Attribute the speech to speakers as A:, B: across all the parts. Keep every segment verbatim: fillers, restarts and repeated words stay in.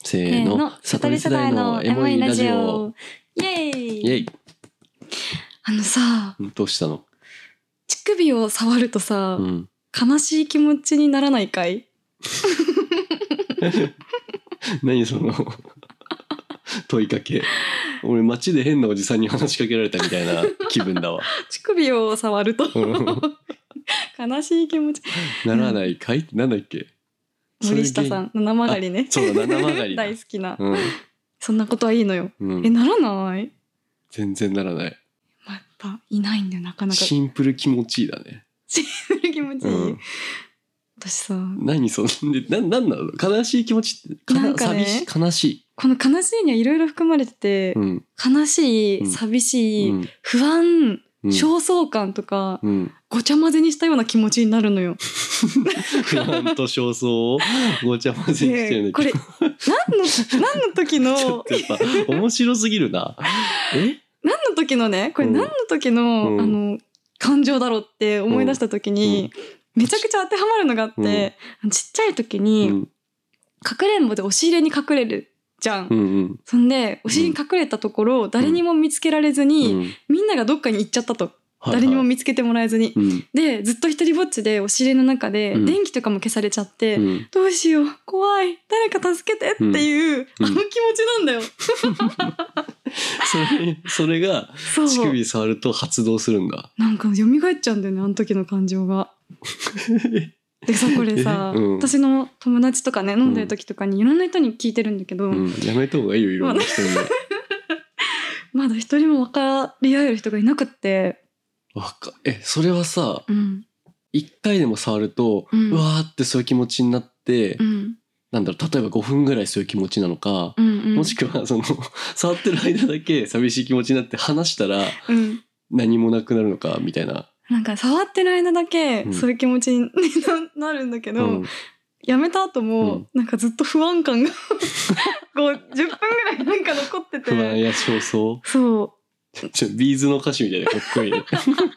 A: せーの、悟り世代のエモいラジオ。
B: イエーイ。
A: イエイ。
B: あのさ、
A: どうしたの？
B: 乳首を触るとさ、
A: うん、
B: 悲しい気持ちにならないかい？
A: 何その問いかけ。俺街で変なおじさんに話しかけられたみたいな気分だわ。
B: 乳首を触ると悲しい気持ち
A: ならないかいってなんだっけ？
B: 森下さん、七曲りね。
A: そうだ、七曲り
B: 大好きな、
A: うん、
B: そんなことはいいのよ、
A: うん、
B: え、ならない？
A: 全然ならない。
B: まあ、やっぱいないんだよ、なかなか。
A: シンプル気持ちいいだね。
B: シンプル気持ちいい、うん、私さ、
A: 何そんで、な、なんなの？悲しい気持ちってか
B: なんかね、
A: 寂しい、悲しい。
B: この悲しいにはいろいろ含まれてて、うん、悲しい、寂しい、うん、不安、うん、焦燥感とか、うん、ごちゃ混ぜにしたような気持ちになるのよ。
A: 不安と焦燥をごちゃ混ぜにしてるんだけど、
B: これ何の何の時の
A: ちょっとやっぱ面白すぎるな。え？
B: 何の時のね、これ何の時の、うん、あの感情だろうって思い出した時に、うん、めちゃくちゃ当てはまるのがあって、うん、ちっちゃい時に、うん、かくれんぼで押し入れに隠れるじゃん、うんうん、そんで押し入れに隠れたところ、うん、誰にも見つけられずに、うん、みんながどっかに行っちゃったと、はいはい、誰にも見つけてもらえずに、うん、でずっと一人ぼっちで押し入れの中で、うん、電気とかも消されちゃって、うん、どうしよう怖い誰か助けてっていう、うん、あの気持ちなんだよ。
A: それそれが乳首触ると発動するんだ。
B: なんか蘇っちゃうんだよね、あの時の感情が。でさ、これさ、うん、私の友達とかね、飲んでる時とかにいろんな人に聞いてるんだけど、うん、
A: やめた方がいいよ、いろんな人に。
B: まだ一人も分かり合える人がいなくって。
A: わかえそれはさ、うん、いっかいでも触ると、うん、うわーってそういう気持ちになって、うん、なんだろう、例えばごふんぐらいそういう気持ちなのか、うんうん、もしくはその触ってる間だけ寂しい気持ちになって離したら、うん、何もなくなるのかみたいな。
B: なんか触ってる間だけそういう気持ちになるんだけど、うん、やめた後もなんかずっと不安感がこうじゅっぷんぐらいなんか残ってて、
A: 不安や焦燥。
B: そう
A: ちょビーズの歌詞みたいなかっこいいね。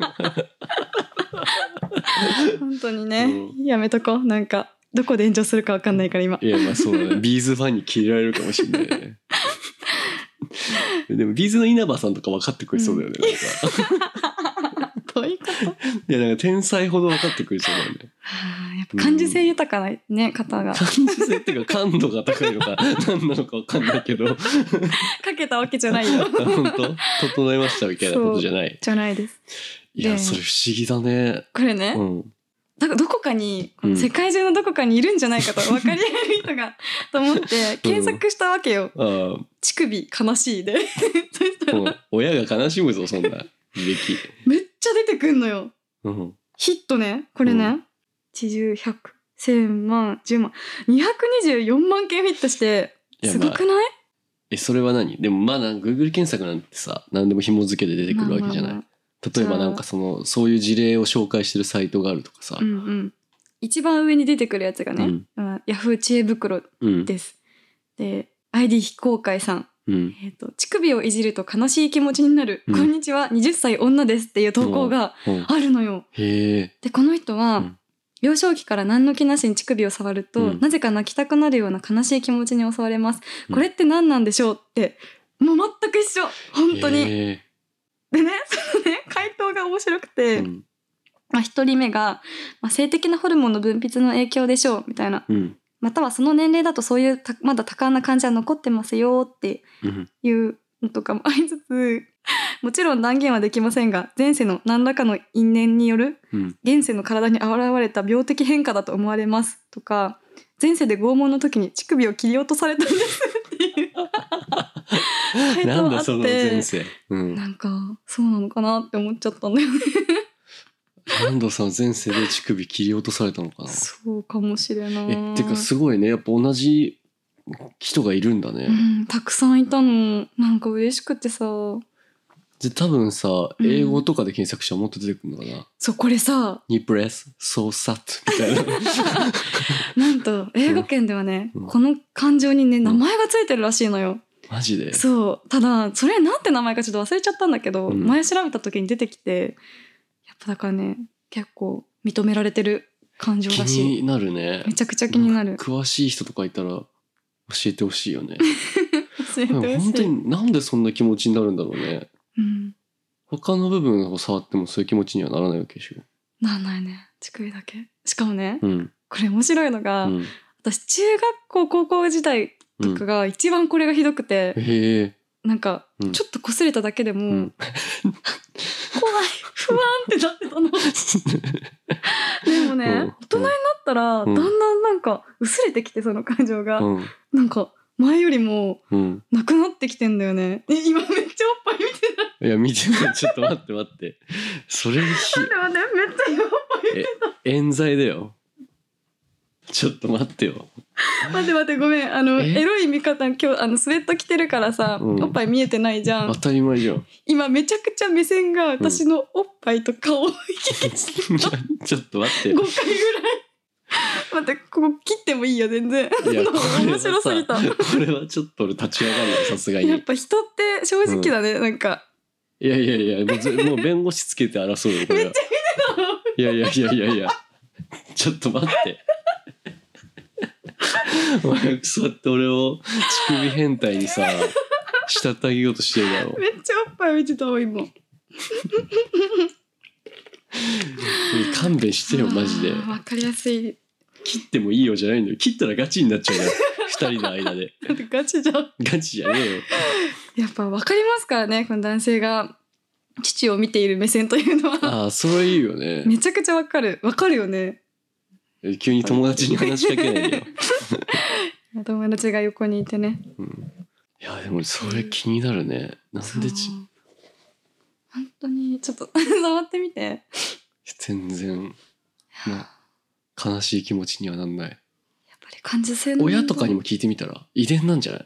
B: 本当にね、うん、やめとこう。なんかどこで炎上するか分かんないから今。
A: いやまあそうだね。ビーズファンに切れられるかもしれないね。でもビーズの稲葉さんとか分かってくれそうだよね、うん、なんか
B: どういうこと？
A: いやなんか天才ほど分かってくれそうだよね。
B: はあ、やっぱ感受性豊かなね、方が。
A: 感受性っていうか感度が高いのか何なのか分かんないけどか
B: けたわけじゃないよ。
A: 本当？整いましたみたいなことじゃない。
B: じゃないです。
A: いやそれ不思議だね。
B: これね、うん、だからどこかにこの世界中のどこかにいるんじゃないかと分かり合える人がと思って検索したわけよ、うん、あ乳首悲しいでそしたら
A: 親が悲しむぞそんな履歴
B: めっちゃ出てくんのよ、うん、ヒットねこれね、うん、ちじゅう、ひゃく、せんまん、じゅうまんにひゃくにじゅうよんまんけんヒットしてすごくない？まあ、
A: えそれは何？でもまだ Google 検索なんてさ何でも紐付けで出てくるわけじゃない、まあまあまあ例えばなんかそのそういう事例を紹介してるサイトがあるとかさ、
B: うんうん、一番上に出てくるやつがね、うん、ヤフー知恵袋です、うん、で アイディー 非公開さん、うんえー、と乳首をいじると悲しい気持ちになる、うん、こんにちははたち女ですっていう投稿があるのよ、うん、へでこの人は、うん、幼少期から何の気なしに乳首を触ると、うん、なぜか泣きたくなるような悲しい気持ちに襲われます、うん、これって何なんでしょうってもう全く一緒本当にでね、そのね、回答が面白くて、うんまあ、ひとりめが、まあ、性的なホルモンの分泌の影響でしょうみたいな、うん、またはその年齢だとそういうまだ多感な感じは残ってますよっていうのとかもありつつ、もちろん断言はできませんが前世の何らかの因縁による現世の体に現れた病的変化だと思われますとか、前世で拷問の時に乳首を切り落とされたんですっていう
A: なんだその前世、
B: うん、なんかそうなのかなって思っちゃったんだよね。
A: なんだその前世で乳首切り落とされたのかな。
B: そうかもしれない。
A: えってかすごいね、やっぱ同じ人がいるんだね、
B: うん、たくさんいたの。なんか嬉しくてさ。
A: で多分さ英語とかで検索したらもっと出てくるのかな、うん、
B: そうこれさ
A: ニプレスソーサットみたいな
B: なんと英語圏ではね、うん、この感情にね名前がついてるらしいのよ、うん
A: マジで。
B: そうただそれなんて名前かちょっと忘れちゃったんだけど、うん、前調べた時に出てきてやっぱだからね結構認められてる感情だし
A: 気になるね。
B: めちゃくちゃ気になる。
A: 詳しい人とかいたら教えてほしいよね。
B: 教えてほしい。
A: 本当になんでそんな気持ちになるんだろうね。うん、他の部分を触ってもそういう気持ちにはならないわけでしょ。
B: ならないね。乳首だけ。しかもね、うん、これ面白いのが、うん、私中学校高校時代とかが一番これがひどくて、うん、へー、なんかちょっと擦れただけでも、うん、怖い不安ってなってたの。でもね、うん、大人になったら、うん、だんだんなんか薄れてきて、その感情が、うん、なんか前よりもなくなってきてんだよね。え、今めっちゃおっぱい見てない。
A: いや見てない。ちょっと待って待って。それひ
B: 待って待って、めっちゃ今おっぱい見てた。
A: 冤罪だよ。ちょっと待ってよ。
B: 待って待って、ごめん。あのエロい見方、今日あのスウェット着てるからさ、うん、おっぱい見えてないじゃん。
A: 当たり前じゃん。
B: 今めちゃくちゃ目線が私のおっぱいと顔を行き来してた、
A: うん、ちょっと待って。
B: ごかいぐらい。待って、ここ切ってもいいよ全然。いや、面白すぎた。
A: これはちょっと俺立ち上がるよ、さすがに。
B: やっぱ人って正直だね、うん、なんか。
A: いやいやいや、もう、もう弁護士つけて争うよこれは。
B: めっちゃ見てたの。
A: いやいやいやいやいや。ちょっと待って。お前そうやって俺を乳首変態にさ慕ってあげようとしてるだろ。
B: めっちゃおっぱい見てたわ今。
A: 勘弁してよマジで。
B: わかりやすい。
A: 切ってもいいよじゃないんだよ。切ったらガチになっちゃうよ。二人の間で。
B: だってガチじゃん。
A: ガチじゃねえよ。
B: やっぱわかりますからね、この男性が父を見ている目線というのは。
A: ああ、それいいよね。
B: めちゃくちゃわかる。わかるよね。
A: 急に友達に話しかけないでよ。
B: 友達が横にいてね、
A: うん、いやでもそれ気になるね、うん、なんでち
B: 本当にちょっと触ってみて。
A: 全然、まあ、悲しい気持ちにはなんない。やっ
B: ぱり感受性の
A: 親とかにも聞いてみたら遺伝なんじゃない？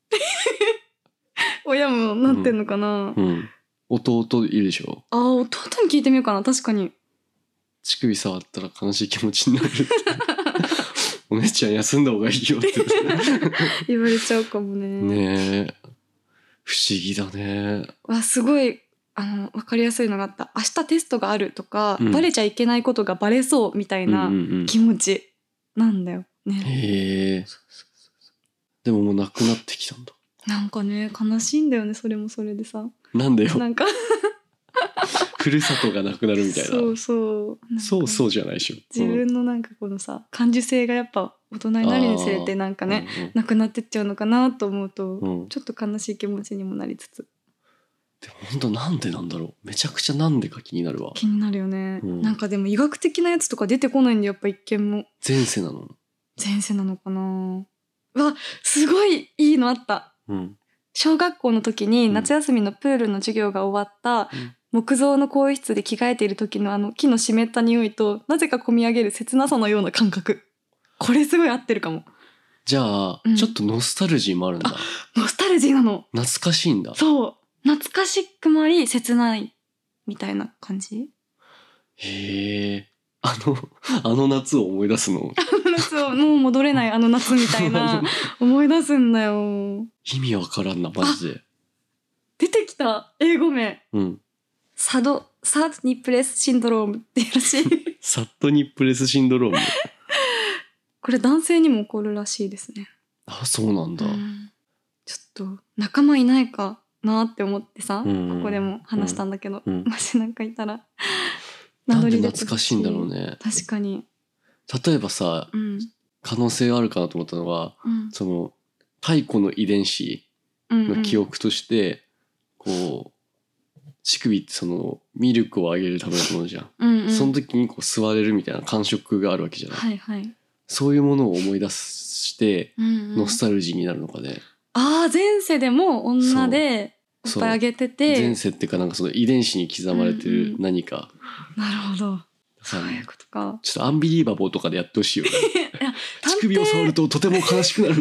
B: 親もなってんのかな、
A: うんうん、弟いるでしょ。
B: あ、弟に聞いてみようかな。確かに
A: 乳首触ったら悲しい気持ちになるってお姉ちゃん休んだ方がいいよって
B: 言われちゃうかもね。
A: ねえ、不思議だね。
B: わ、すごいあの分かりやすいのがあった。明日テストがあるとか、うん、バレちゃいけないことがバレそうみたいな気持ちなんだよね。
A: へえ。でももうなくなってきたんだ。
B: なんかね、悲しいんだよね、それもそれでさ。
A: なんでよ。
B: なんか
A: ふるさとがなくなるみたいな。
B: そうそう
A: そうそうじゃないでしょ。
B: 自分のなんかこのさ、感受性がやっぱ大人になるにつれてなんかね、うんうん、なくなってっちゃうのかなと思うと、うん、ちょっと悲しい気持ちにもなりつつ。
A: でも本当なんでなんだろう。めちゃくちゃなんでか気になるわ。
B: 気になるよね、うん、なんかでも医学的なやつとか出てこないんで、やっぱ一見も。
A: 前世なの？
B: 前世なのかな。わ、すごいいいのあった、うん、小学校の時に夏休みのプールの授業が終わった、うん、木造の更衣室で着替えている時のあの木の湿った匂いとなぜか込み上げる切なさのような感覚。これすごい合ってるかも。
A: じゃあ、うん、ちょっとノスタルジーもあるんだ。
B: ノスタルジーなの。
A: 懐かしいんだ。
B: そう、懐かしくもあり切ないみたいな感じ。
A: へえ。あのあの夏を思い出すの。
B: あの夏をもう戻れないあの夏みたいな思い出すんだよ。
A: 意味わからんなマジで。
B: 出てきた英語名。
A: うん。
B: サドサードニップレスシンドロームっていうらしい。
A: サッドニップレスシンドローム。
B: これ男性にも起こるらしいですね。
A: あ、そうなんだ、うん、
B: ちょっと仲間いないかなって思ってさ、うん、ここでも話したんだけど、うん、もしなんかいたら
A: なんで懐かしいんだろうね。
B: 確かに。
A: 例えばさ、うん、可能性あるかなと思ったのは、うん、その太古の遺伝子の記憶として、うんうん、こう乳首ってそのミルクをあげるためのものじゃん。うん、うん、その時にこう吸われるみたいな感触があるわけじゃない。
B: はいはい。
A: そういうものを思い出して、うんうん、ノスタルジーになるのかね。
B: ああ、前世でも女でおっぱいあげてて。
A: 前世っていうかなんかその遺伝子に刻まれてる何か。
B: うんうん、なるほど。そういうことか。
A: ちょっとアンビリーバボーとかでやってほしいよね。乳首を触るととても悲しくなる。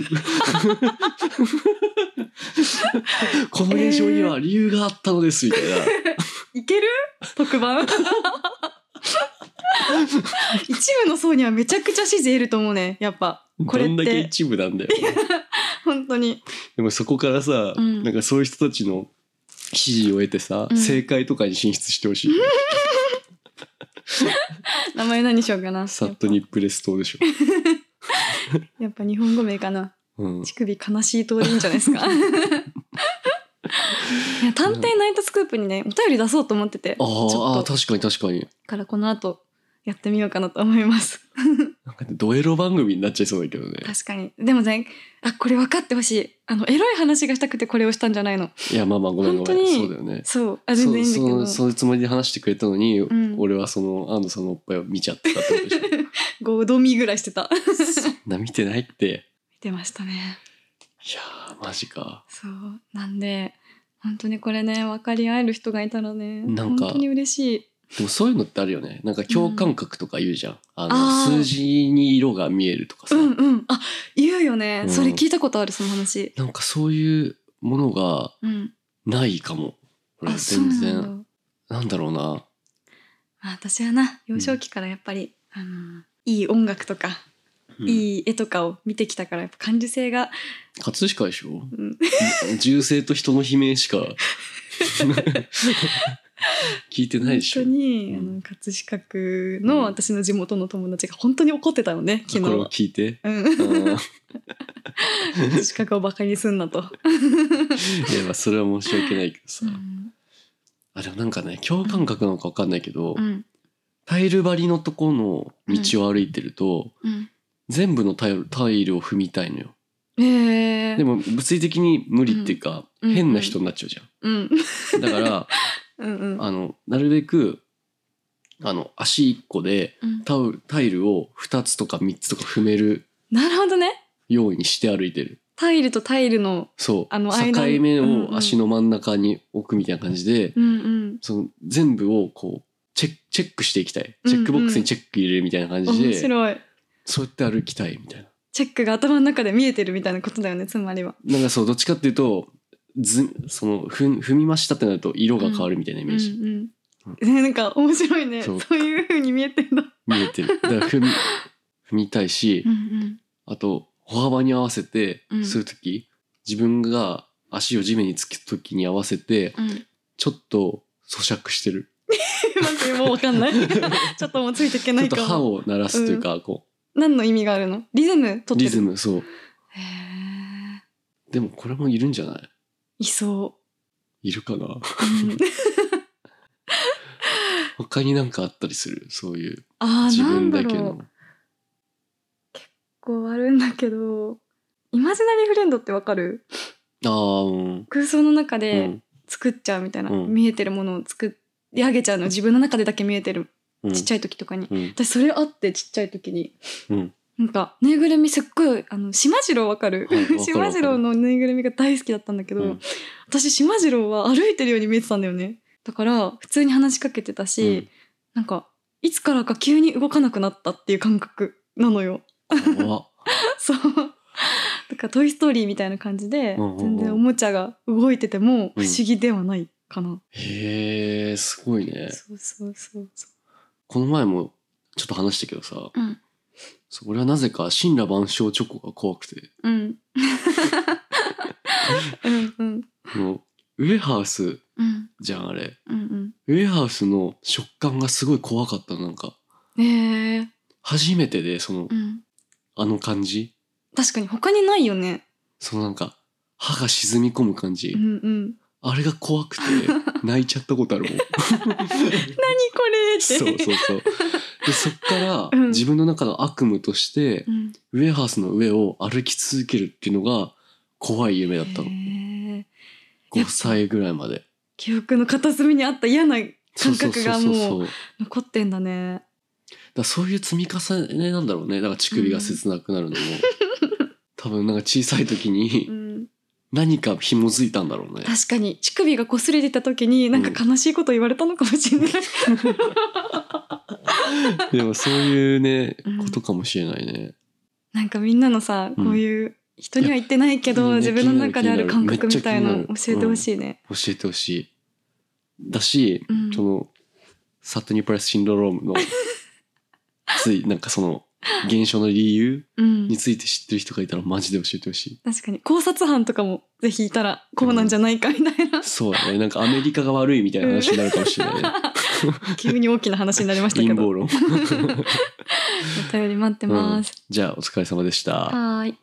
A: この現象には理由があったのですみたいな。
B: いける？特番。一部の層にはめちゃくちゃ支持得ると思うね。やっぱこれって。
A: どんだけ一部なんだよ。
B: 本当に。
A: でもそこからさ、うん、なんかそういう人たちの支持を得てさ、うん、正解とかに進出してほしい。
B: 名前何しようかな。
A: サットニップレス島でしょ。
B: やっぱ日本語名かな。
A: うん、
B: 乳首悲しい通りいいんじゃないですか。いや探偵ナイトスクープにねお便り出そうと思ってて、
A: ああ確かに確かに。
B: からこの後やってみようかなと思います。
A: なんかドエロ番組になっちゃいそうだけどね。
B: 確かに。でもね、あこれ分かってほしい。あのエロい話がしたくてこれをしたんじゃないの。
A: いやまあまあごめんごめん。そうだよね。
B: そうあ全然いいんだけど。
A: そそういうつもりで話してくれたのに、うん、俺はその安藤さんのおっぱいを見ちゃってたってことでしょ。
B: ごどみぐらいしてた。
A: そんな見てないって。
B: 見てましたね。
A: いやーマジか。
B: そうなんで本当にこれね分かり合える人がいたらねなんか本当に嬉しい。
A: でもそういうのってあるよね。なんか共感覚とか言うじゃん、うん、あの数字に色が見えるとかさ。
B: うんうんあ言うよね、うん、それ聞いたことあるその話。
A: なんかそういうものがないかも、うん、俺全然。なんだなんだろうな。
B: 私はな幼少期からやっぱり、うん、あのいい音楽とか、うん、いい絵とかを見てきたからやっぱ感受性が。
A: 葛飾でしょ、うん、銃声と人の悲鳴しか聞いてないでしょ。
B: 本当に、うん、あの葛飾区の私の地元の友達が本当に怒ってたよね、昨日。
A: これを聞いて、
B: うん、葛飾区をバカにすんなと。
A: いやまあそれは申し訳ないけどさ、うん、あでもなんかね共感覚なのか分かんないけど、うん、タイル張りのとこの道を歩いてると、うん、全部のタイル、タイルを踏みたいのよ。
B: へー。
A: でも物理的に無理っていうか、うん、変な人になっちゃうじゃん、うん、だからうんうん、あのなるべくあの足いっこでタオル、タイルをふたつとかみっつとか踏める
B: なるほどね
A: ようにして歩いてる。
B: タイルとタイルの
A: そうあの間境目を足の真ん中に置くみたいな感じで、うんうん、その全部をこうチェック、チェックしていきたい。チェックボックスにチェック入れるみたいな感じで、うんうん、面白い。そうやって歩きたいみたいな。
B: チェックが頭の中で見えてるみたいなことだよね、つまりは。
A: なんかそうどっちかっていうとずその踏踏みましたってなると色が変わるみたいなイメージ、うんうん
B: うん、なんか面白いね。そう、そういう風に見えてんだ。
A: 見えてる。だから踏み踏みたいし、うんうん、あと歩幅に合わせてするとき、うん、自分が足を地面につくときに合わせて、うん、ちょっと咀嚼してる。
B: なんかもう分かんない。ちょっともうついていけないかも。
A: ちょっと歯を鳴らすというか、うん、こ
B: う。何の意味があるの？リズム取ってる？
A: リズム、そう。
B: へー。
A: でもこれもいるんじゃない？
B: いそう。
A: いるかな、うん、他になんかあったりする？そういう自分だけの。
B: 結構あるんだけど、イマジナリーフレンドってわかる？
A: あー、うん、
B: 空想の中で作っちゃうみたいな、うん、見えてるものを作り上げちゃうの、自分の中でだけ見えてる、うん、ちっちゃい時とかに、うん、私それあってちっちゃい時に、うん、なんかぬいぐるみすっごいあのしまじろうわかる？しまじろうのぬいぐるみが大好きだったんだけど、うん、私しまじろうは歩いてるように見えてたんだよね。だから普通に話しかけてたし、うん、なんかいつからか急に動かなくなったっていう感覚なのよ。そうだからトイストーリーみたいな感じで、うんうんうん、全然おもちゃが動いてても不思議ではないかな、うん、
A: へえすごいね。
B: そうそうそうそう。こ
A: の前もちょっと話したけどさ、うん、そう俺はなぜか神羅万象チョコが怖くて、うん、うんうん、のウエハースじゃんあれ、うんうん、ウエハースの食感がすごい怖かったの。なんか、えー、初めてでその、うん、あの感じ
B: 確かに他にないよね。
A: そのなんか歯が沈み込む感じ、うんうん、あれが怖くて泣いちゃったことあるもん。何こ
B: れって
A: そうそうそう。でそっから自分の中の悪夢として、うん、ウエハースの上を歩き続けるっていうのが怖い夢だったの。ごさいぐらいまで
B: 記憶の片隅にあった嫌な感覚がもう残ってんだね。
A: だそういう積み重ねなんだろうね。だから乳首が切なくなるのも、うん、多分なんか小さい時に何か紐づいたんだろうね。
B: 確かに乳首が擦れてた時になんか悲しいこと言われたのかもしれない、
A: うん、でもそういうね、うん、ことかもしれないね。
B: なんかみんなのさ、こういう人には言ってないけど、うん、自分の中である感覚みたいなの教えてほしいね、
A: うん、教えてほしい。だし、うん、そのサトニプラスシンドロームのついなんかその現象の理由について知ってる人がいたらマジで教えてほしい、
B: うん、確かに考察班とかもぜひいたらこうなんじゃないかみたいな、
A: うん、そうだね。なんかアメリカが悪いみたいな話になるかもしれないね、
B: うん、急に大きな話になりましたけど
A: 陰謀論。
B: お便り待ってます、
A: うん、じゃあお疲れ様でした。
B: はい。